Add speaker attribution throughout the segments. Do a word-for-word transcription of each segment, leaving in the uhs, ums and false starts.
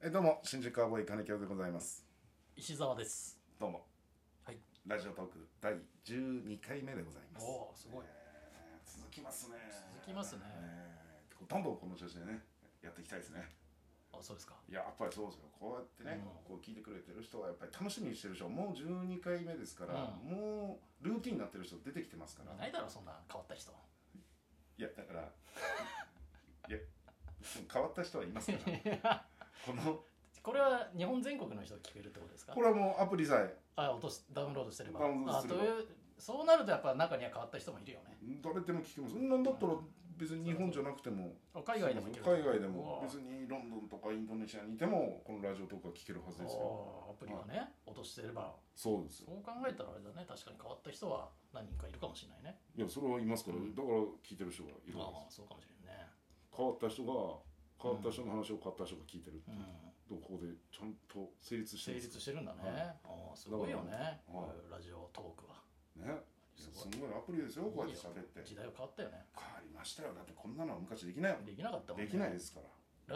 Speaker 1: えどうも新宿アボーイ金城でございます。
Speaker 2: 石澤です。
Speaker 1: どうも。
Speaker 2: はい。
Speaker 1: ラジオトークだいじゅうにかいめでございます。
Speaker 2: おお、すごい、
Speaker 1: えー、続きますね。
Speaker 2: 続きますね、
Speaker 1: えー、どんどんこの調子でねやっていきたいですね。
Speaker 2: あ、そうですか。
Speaker 1: いややっぱりそうですよ。こうやってね、うん、こう聞いてくれてる人はやっぱり楽しみにしてる人、もうじゅうにかいめですから、うん、もうルーティンになってる人出てきてますから。
Speaker 2: いないだろそんな変わった人。
Speaker 1: いやだからいや変わった人はいますからこの
Speaker 2: これは日本全国の人が聞けるってことですか。
Speaker 1: これはもうアプリさえ
Speaker 2: あ落としダウンロードしてれば、
Speaker 1: ダウンロードすれば、
Speaker 2: あというそうなるとやっぱ中には変わった人もいるよね。
Speaker 1: 誰でも聞けます。なんだったら別に日本じゃなくても、
Speaker 2: 海外でも聞ける。
Speaker 1: 海外でも別にロンドンとかインドネシアにいてもこのラジオとか聞けるはずですよ。
Speaker 2: アプリはね、落としてれば。
Speaker 1: そうです。
Speaker 2: そう考えたらあれだね、確かに変わった人は何人かいるかもしれないね。
Speaker 1: いやそれはいますから、だから聞いてる人がいるわけです。
Speaker 2: ああそうかもしれないね。
Speaker 1: 変わった人が変わった人の話を変わった人が聞いてるっていう、どこでちゃんと成立してるんです。
Speaker 2: 成立してるんだね。ああすごいよね。ラジオトークは
Speaker 1: ね。すごいアプリですよ。こうやって喋って。
Speaker 2: 時代は変わったよね。
Speaker 1: 変わりましたよ。だってこんなのは昔できないよ。
Speaker 2: できなかったもんね。
Speaker 1: できないですから。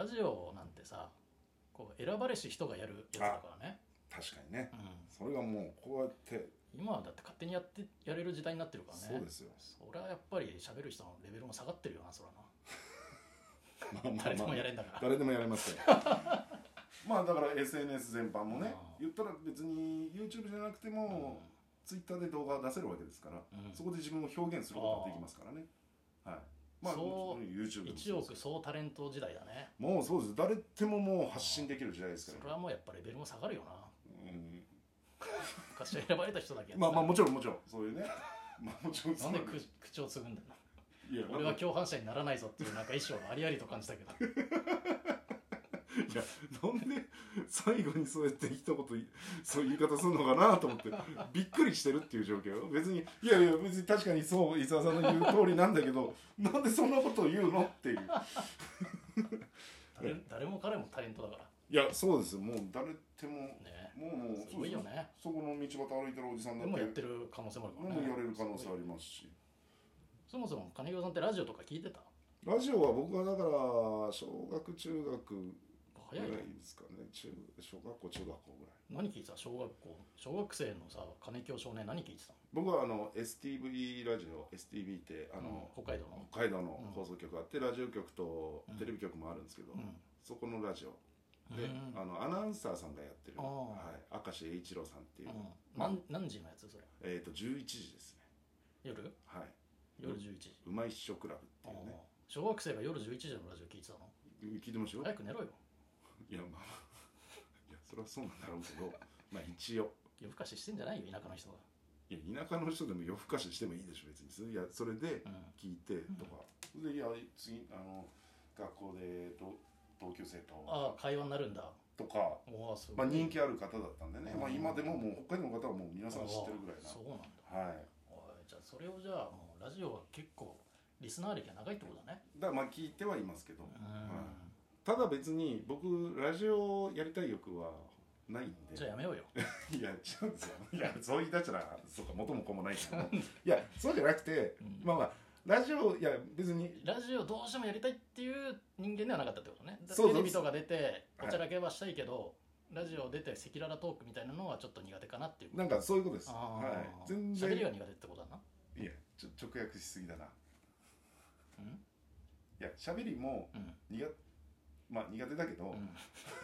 Speaker 2: ラジオなんてさ、こう選ばれし人がやるやつだからね。
Speaker 1: 確かにね、うん、それがもうこうやって
Speaker 2: 今はだって勝手にやってやれる時代になってるからね。
Speaker 1: そうですよ。
Speaker 2: それはやっぱり喋る人のレベルも下がってるよな、そらな。
Speaker 1: まあまあまあ
Speaker 2: 誰でもやれんだから。
Speaker 1: 誰でもやれますよ。まあだから エスエヌエス 全般もね、言ったら別に YouTube じゃなくても、うん、Twitter で動画出せるわけですから、うん、そこで自分を表現することができますからね。はい。まあ
Speaker 2: そう
Speaker 1: YouTube でも
Speaker 2: いちおく総タレント時代だね。
Speaker 1: もうそうです。誰でももう発信できる時代ですから、ね。
Speaker 2: それはもうやっぱレベルも下がるよな。
Speaker 1: うん。
Speaker 2: 昔は選ばれた人だけやって
Speaker 1: まあまあもちろんもちろんそういうね。まあもちろん
Speaker 2: なんで口口をつぐんだの。
Speaker 1: いや
Speaker 2: 俺は共犯者にならないぞっていうなんか意思をありありと感じたけど。
Speaker 1: いやなんで最後にそうやって一言そういう言い方するのかなと思ってびっくりしてるっていう状況。別にいやいや別に確かにそう伊沢さんの言う通りなんだけどなんでそんなことを言うのっていう
Speaker 2: 誰, 誰も彼もタレントだから。
Speaker 1: いやそうですよ。もう誰でも、
Speaker 2: ね、
Speaker 1: もうもう
Speaker 2: すごいよね。
Speaker 1: そこの道端歩いてるおじさんだって
Speaker 2: でもやってる可能性もあるからね。
Speaker 1: もうやれる可能性ありますし。
Speaker 2: そもそも金城さんってラジオとか聞いてた？
Speaker 1: ラジオは僕はだから小学中学ぐらいですかね。中小学校中学校ぐらい。
Speaker 2: 何聞いてた？小学校小学生のさ金城少年何聞いてたの？
Speaker 1: 僕はあの エスティーブイ ラジオ エスティーブイ ってあの、
Speaker 2: うん、北海道の
Speaker 1: 北海道の放送局があって、うん、ラジオ局とテレビ局もあるんですけど、うん、そこのラジオで、うん、あのアナウンサーさんがやってる、はい、明石栄一郎さんっていう、うん、
Speaker 2: 何, 何時のやつそれ？
Speaker 1: えっ、ー、とじゅういちじですね。
Speaker 2: 夜？
Speaker 1: はい。
Speaker 2: 夜じゅういちじ。
Speaker 1: うまいっしょクラブっていうね。
Speaker 2: 小学生が夜じゅういちじのラジオ聞いてたの？
Speaker 1: 聞いてましたよ。
Speaker 2: 早く寝ろよ。
Speaker 1: いやまあいやそれはそうなんだろうけどまあ一応
Speaker 2: 夜更かししてんじゃないよ田舎の人が。
Speaker 1: いや田舎の人でも夜更かししてもいいでしょ別に。いやそれで聞いてとか、うん、でいや次あの学校で同級生と
Speaker 2: ああ会話になるんだ
Speaker 1: とか、まあ、人気ある方だったんでね、
Speaker 2: うん、
Speaker 1: まあ、今でももう北海道の方はもう皆さん知ってるぐらいな。
Speaker 2: そうなんだ。
Speaker 1: はい。
Speaker 2: じゃあそれをじゃあもうラジオは結構リスナー歴が長いってことだね。
Speaker 1: だからまあ聞いてはいますけど、はい、ただ別に僕ラジオやりたい欲はないんで。
Speaker 2: じゃあやめようよ。
Speaker 1: いや違うんですよ。いやそう言い出したらそうか元も子もないけどいやそうじゃなくて、うん、まあまあラジオいや別に
Speaker 2: ラジオどうしてもやりたいっていう人間ではなかったってことね。テレビとか出ておちゃらけはしたいけど、はい、ラジオ出て赤裸々トークみたいなのはちょっと苦手かなっていう。
Speaker 1: なんかそういうことです。はい。
Speaker 2: 全然。喋りが苦手ってことだな。
Speaker 1: いやちょ直訳しすぎだな。うん、いや喋りも苦、うん、まあ苦手だけど、うん、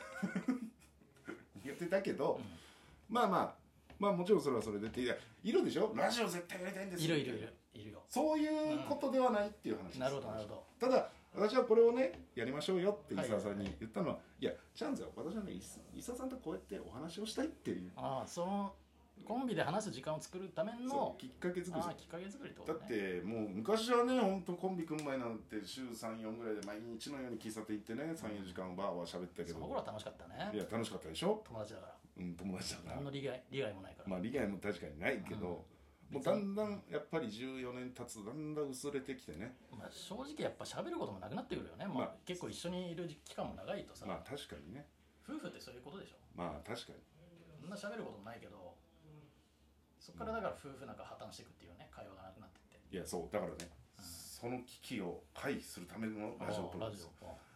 Speaker 1: 苦手だけど、うん、まあまあまあもちろんそれはそれでっていやいるでしょ。ラジオ絶対やりたいんですよ。
Speaker 2: いるいるいるいるよ。
Speaker 1: そういうことではないっていう話です。
Speaker 2: なるほどなるほど。
Speaker 1: ただ私はこれをねやりましょうよって伊沢さんに言ったのは、はいはいはい、いやチャンスよ私はね伊沢さんとこうやってお話をしたいっていう。
Speaker 2: ああそのコンビで話す時間を作るための
Speaker 1: きっかけ作り。
Speaker 2: ああきっかけ作りってことね。
Speaker 1: だってもう昔はね本当コンビ組む前なんて週さん、よんぐらいで毎日のように喫茶店行ってねさん、よじかんバーバー喋ったけど、
Speaker 2: その頃は楽しかったね。
Speaker 1: いや楽しかったでしょ。
Speaker 2: 友達だから。
Speaker 1: うん友達だから。
Speaker 2: 何の利害利害もないから。
Speaker 1: まあ利害も確かにないけど、うん、もうだんだんやっぱりじゅうよねん経つとだんだん薄れてきてね。
Speaker 2: まあ正直やっぱ喋ることもなくなってくるよね。まあ、まあ、結構一緒にいる期間も長いとさ。
Speaker 1: まあ確かにね。
Speaker 2: 夫婦ってそういうことでしょ。
Speaker 1: まあ確かに。
Speaker 2: そんな喋ることもないけど。そこからだから夫婦なんか破綻していくっていうね会話がなくなってって。
Speaker 1: いやそうだからね、うん、その危機を回避するためのラジオトークです。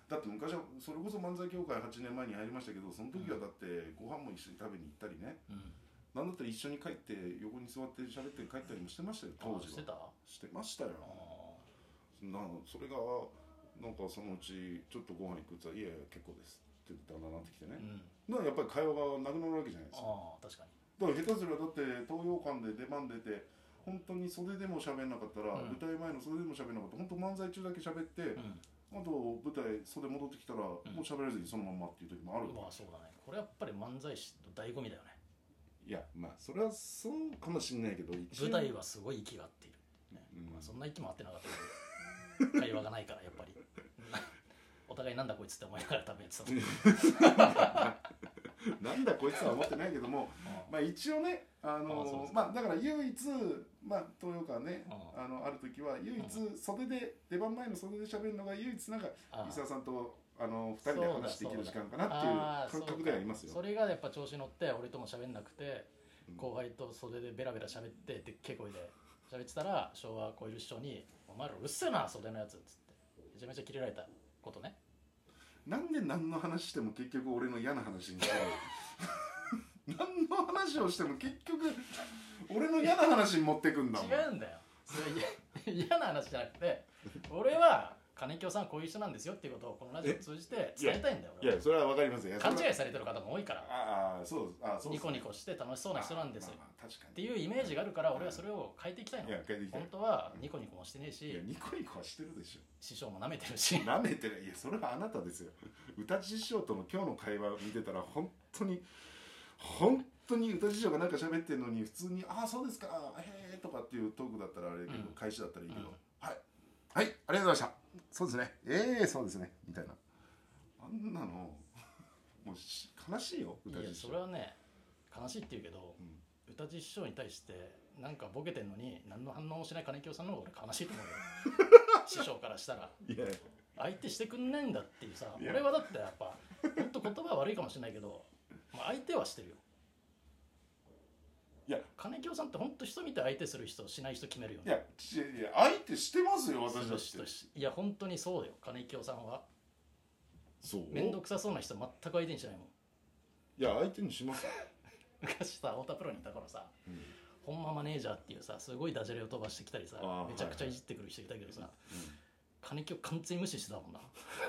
Speaker 1: だって昔はそれこそ漫才協会はちねんまえに入りましたけど、その時はだってご飯も一緒に食べに行ったりね、
Speaker 2: うん、
Speaker 1: なんだったら一緒に帰って横に座って喋って帰ったりもしてましたよ当時は。
Speaker 2: してた
Speaker 1: してましたよ。なそれがなんかそのうちちょっとご飯行くって言ったら「いやいや結構です」ってだんだんなってきてね、うん、だからやっぱり会話がなくなるわけじゃないですか。
Speaker 2: あ確かに。
Speaker 1: だから下手すればだって東洋館で出番出て本当に袖でも喋んなかったら、うん、舞台前の袖でも喋んなかったら本当漫才中だけ喋って、うん、あと舞台袖戻ってきたら、うん、もう喋らずにそのまんまっていう時もある。
Speaker 2: まあそうだね。これやっぱり漫才師の醍醐味だよね。
Speaker 1: いやまあそれはそうかもしれないけど
Speaker 2: 舞台はすごい息が合っている、ね、うんまあ、そんな息も合ってなかったけど会話がないからやっぱりお互いなんだこいつって思いながら食べてた
Speaker 1: なんだこいつは思ってないけどもまあ一応ねあのまあだから唯一まあ東洋館ねあのある時は唯一袖で出番前の袖で喋るのが唯一なんか伊沢さんとあのふたりで話できる時間かなっていう感覚ではいますよ。
Speaker 2: そ, それがやっぱ調子乗って俺とも喋んなくて、うん、後輩と袖でベラベラ喋ってでっけえ声で喋ってたら昭和超える師匠に「お前らうっせえな袖のやつ」っつってめちゃめちゃキレられたことね。
Speaker 1: なんで何の話しても結局俺の嫌な話になる何の話をしても結局俺の嫌な話に持ってくんだもん。
Speaker 2: 違うんだよそれ嫌な話じゃなくて俺は金京さんこういう人なんですよっていうことをこのラジオを通じて伝えたいんだよ。
Speaker 1: いや、いやそれは分かりますよ。
Speaker 2: 勘違いされてる方も多いから。
Speaker 1: ああそうあそう、
Speaker 2: ニコニコして楽しそうな人なんですよ、
Speaker 1: まあまあ確かに
Speaker 2: っていうイメージがあるから俺はそれを変えていきたいの。
Speaker 1: いや変えていきたい。
Speaker 2: 本当はニコニコもしてねえし、
Speaker 1: いやニコニコはしてるでしょ。
Speaker 2: 師匠も舐めてるし
Speaker 1: 舐めてる。いやそれはあなたですよ。歌師匠との今日の会話を見てたら本当に本当に歌師匠がなんか喋ってるのに普通に「ああそうですかへえ」とかっていうトークだったらあれだけど、うん、開始だったらいいけど、うん、はいはいありがとうございました、そうですねええー、そうですねみたいな、あんなのもう悲しいよ歌師匠。
Speaker 2: いやそれはね悲しいって言うけど、うん、歌師匠に対してなんかボケてんのに何の反応もしない金京さんの方が俺悲しいと思うよ師匠からしたら。いや相手してくんないんだっていうさ、俺はだってやっぱほんと言葉は悪いかもしれないけど、まあ、相手はしてるよ。
Speaker 1: いや
Speaker 2: 金京さんって本当人見て相手する人しない人決めるよね。
Speaker 1: いやいや相手してますよ私だって。
Speaker 2: いや本当にそうだよ金京さんは。
Speaker 1: そう
Speaker 2: 面倒くさそうな人全く相手にしないもん。
Speaker 1: いや相手にします
Speaker 2: 昔さ太田プロにいた頃さ、うん、本間マネージャーっていうさすごいダジャレを飛ばしてきたりさめちゃくちゃいじってくる人いたけどさ、はいはい、金京完全に無視してたもんな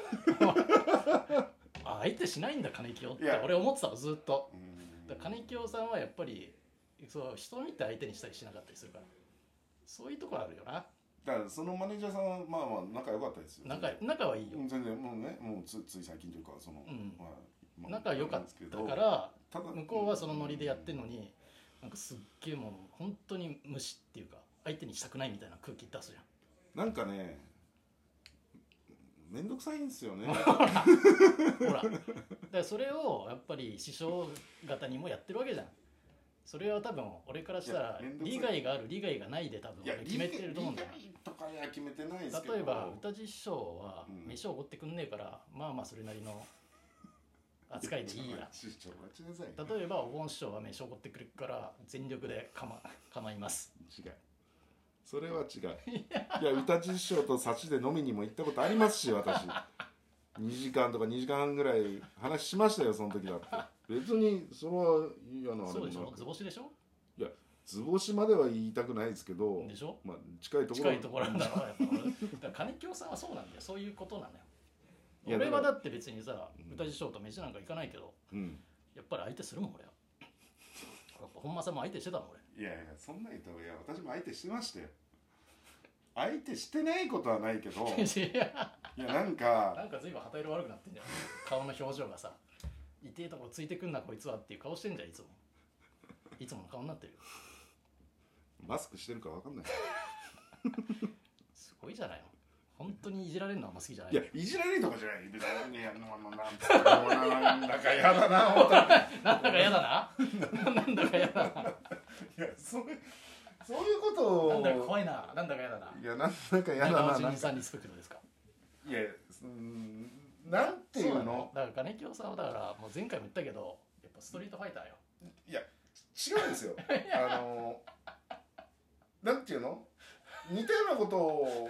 Speaker 2: あ相手しないんだ金京って俺思ってたのずっと。だ金京さんはやっぱりそう人見て相手にしたりしなかったりするからそういうところあるよな。
Speaker 1: だからそのマネージャーさんはまあまあ仲良かったですよ。
Speaker 2: 仲仲はいいよ
Speaker 1: 全然もうねもう つ, つい最近というかその、うん
Speaker 2: まあまあ、仲良かったからただ向こうはそのノリでやってるのになんかすっげえもう本当に無視っていうか相手にしたくないみたいな空気出すじゃん。
Speaker 1: なんかねめんどくさいんですよね
Speaker 2: ほらだからそれをやっぱり師匠方にもやってるわけじゃん。それは多分俺からしたら利害がある利害がないで多分俺決めてると思うんだよ。
Speaker 1: 利害とかや決めてないですけど
Speaker 2: 例えば歌師匠は飯をおごってくんねえから、うん、まあまあそれなりの扱いでいいや。例えばお盆師匠は飯をおごってくるから全力でかま構います。
Speaker 1: 違うそれは違う。いや歌師匠とサチで飲みにも行ったことありますし私にじかんとかにじかんはんぐらい話しましたよその時だって。別にそれは嫌なあれもなく。
Speaker 2: そうでしょ図星でしょ。
Speaker 1: いや図星までは言いたくないですけど
Speaker 2: でしょ、
Speaker 1: まあ、近いところ
Speaker 2: 近いところなんだろうやっぱだから金京さんはそうなんだよ。そういうことなのよ。俺はだって別にさ歌師匠と飯なんか行かないけど、うん、やっぱり相手するもん俺は。やっぱ本間さんも相手してたもん俺。
Speaker 1: いやいやそんな言ったらいや私も相手してましたよ。相手してないことはないけどいやなんか
Speaker 2: なんか随分旗色悪くなってんじゃん顔の表情がさ痛いとこついてくんなこいつはっていう顔してんじゃんいつもいつもの顔になってるよ。
Speaker 1: マスクしてるか分かんない
Speaker 2: すごいじゃないの本当にいじられるのあんま好きじゃない。
Speaker 1: いやいじられるとかじゃない別にいやなんだか嫌だな
Speaker 2: なんだか嫌だななんだか嫌だない
Speaker 1: やそれそういうことを
Speaker 2: なんだか怖いななんだか嫌だな。
Speaker 1: いやなんだか嫌だな
Speaker 2: 長尾さんリスペクトですか。
Speaker 1: いやうんなんていうの
Speaker 2: だから金京さんはだからもう前回も言ったけどやっぱストリートファイターよ。
Speaker 1: いや違うんですよあのなんていうの似たようなことを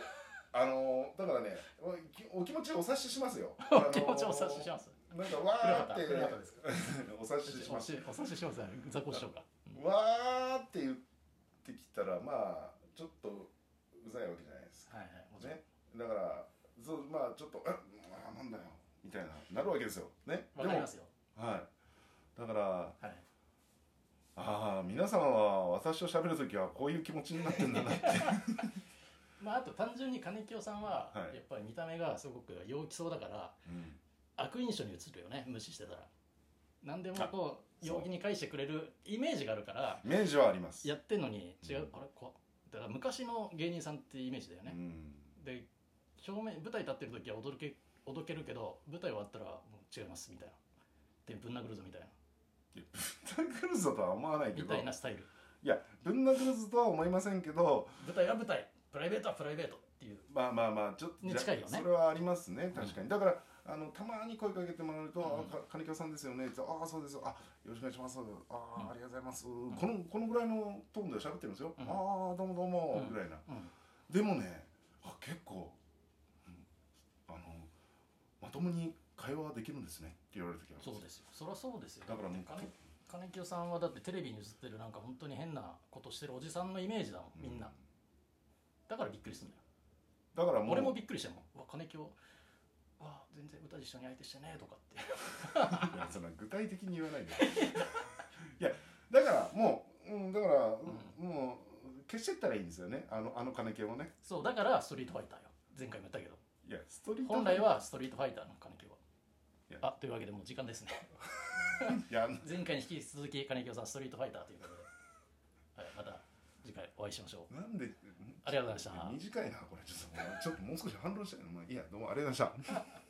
Speaker 1: あのだからねお気持ちお察ししますよ
Speaker 2: お気持ちお察しします。
Speaker 1: なんかわーってお察しします。
Speaker 2: お察ししますね。ザコシショウか。
Speaker 1: わーって言ってきたらまあちょっとうざいわけじゃないですか。
Speaker 2: はいはいもちろん。
Speaker 1: ね、だからそうまあちょっとあなんだよみたいななるわけですよね。
Speaker 2: わかりますよ。
Speaker 1: はい。だから、
Speaker 2: はい、
Speaker 1: ああ皆さんは私と喋るときはこういう気持ちになってんだなって。
Speaker 2: まああと単純に金清さんはやっぱり見た目がすごく陽気そうだから、うん、悪印象に映るよね無視してたら。何でもこう陽気に返してくれるイメージがあるから
Speaker 1: イメージはあります。
Speaker 2: やってんのに違う、うん、あれこだから昔の芸人さんってイメージだよね、うん、で表面舞台立ってる時は踊けおどけるけど舞台終わったらもう違いますみたいなでぶん殴るぞみたいな。
Speaker 1: いやぶん殴るぞとは思わないけど
Speaker 2: みたいなスタイル。
Speaker 1: いやぶん殴るぞとは思いませんけど
Speaker 2: 舞台は舞台プライベートはプライベートっていう
Speaker 1: まあまあまあちょっと
Speaker 2: に近いよね。
Speaker 1: それはありますね確かに、うん、だからあのたまに声かけてもらうと「うん、あ金清さんですよね」って「ああそうですよあよろしくお願いしますああ、うん、ありがとうございます、うん、このこのぐらいのトーンで喋ってるんですよ、うん、ああどうもどうも、うん、ぐらいな、うん、でもねあ結構、うん、あのまともに会話できるんですねって言われる時は
Speaker 2: そうですよそりゃそうですよ。
Speaker 1: だからもう
Speaker 2: 金清さんはだってテレビに映ってるなんか本当に変なことしてるおじさんのイメージだもんみんな、うん、だからびっくりするんだよ。
Speaker 1: だからもう
Speaker 2: 俺もびっくりしたもん。うわ金清わ全然歌一緒に相手してねとかって
Speaker 1: いやそんな具体的に言わないでいやだからもう、うん、だから、うん、もう消してったらいいんですよねあのあの金清もね。
Speaker 2: そうだからストリートファイターよ前回も言ったけど。
Speaker 1: いやストリート
Speaker 2: 本来はストリートファイターの金清はあというわけでもう時間ですねいや前回に引き続き金清さんストリートファイターということで、はい、また次回お会いしましょう。
Speaker 1: なんで
Speaker 2: ありがとうございました。
Speaker 1: 短いなこれちょっとちょっともう少し反論したいのまあいいやどうもありがとうございました